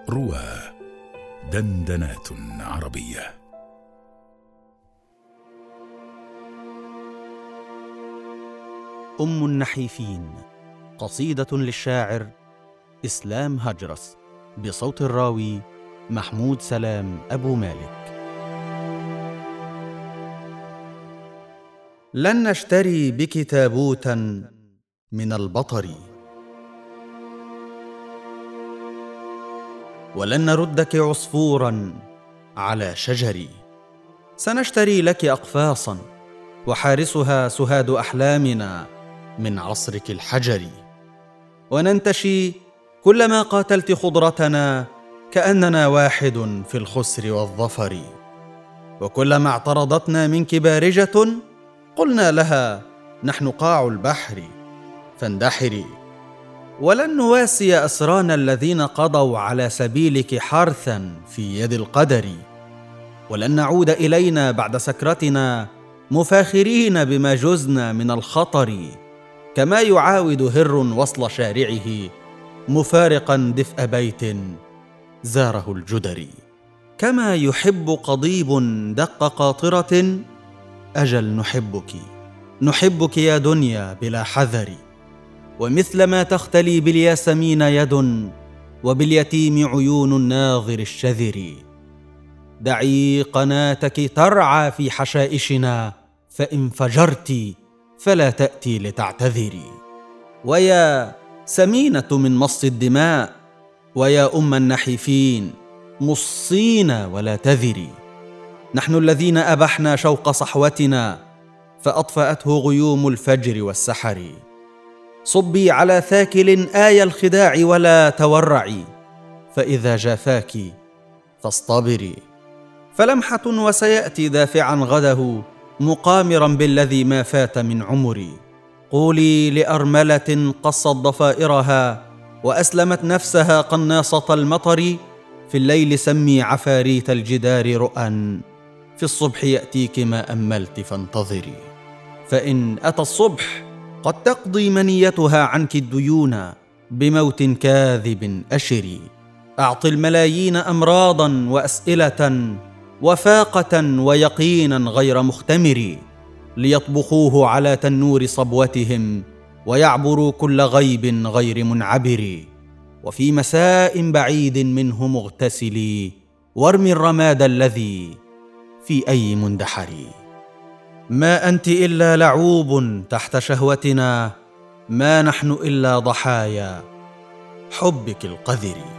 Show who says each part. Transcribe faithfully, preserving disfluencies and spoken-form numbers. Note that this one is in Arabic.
Speaker 1: روى دندنات عربية.
Speaker 2: أم النحيفين، قصيدة للشاعر إسلام هجرس، بصوت الراوي محمود سلام أبو مالك. لن نشتري بك تابوتا من البطر، ولن نردك عصفورا على شجر، سنشتري لك أقفاصا وحارسها سهاد أحلامنا من عصرك الحجر، وننتشي كلما قاتلت خضرتنا كأننا واحد في الخسر والظفر، وكلما اعترضتنا منك بارجة قلنا لها نحن قاع البحر فاندحري، ولن نواسي أسرانا الذين قضوا على سبيلك حرثا في يد القدر، ولن نعود إلينا بعد سكرتنا مفاخرين بما جزنا من الخطر، كما يعاود هر وصل شارعه مفارقا دفء بيت زاره الجدري، كما يحب قضيب دق قاطرة أجل نحبك نحبك يا دنيا بلا حذر، ومثلما تختلي بالياسمين يد وباليتيم عيون الناظر الشذر، دعي قناتك ترعى في حشائشنا فإن فجرت فلا تأتي لتعتذري، ويا سمينة من مص الدماء ويا أم النحيفين مصين ولا تذري، نحن الذين أبحنا شوق صحوتنا فأطفأته غيوم الفجر والسحر، صبي على ثاكل آي الخداع ولا تورعي، فإذا جافاك فاصطبري، فلمحة وسيأتي دافعا غده مقامرا بالذي ما فات من عمري، قولي لأرملة قصت ضفائرها وأسلمت نفسها قناصة المطر، في الليل سمي عفاريت الجدار رؤى، في الصبح يأتيك ما أملت فانتظري، فإن أتى الصبح قد تقضي منيتها عنك الديون بموت كاذب أشري، أعط الملايين أمراضا وأسئلة وفاقة ويقينا غير مختمر، ليطبخوه على تنور صبوتهم ويعبروا كل غيب غير منعبر، وفي مساء بعيد منه مغتسلي وارمي الرماد الذي في أي مندحر، ما أنت إلا لعوب تحت شهوتنا، ما نحن إلا ضحايا حبك القذر.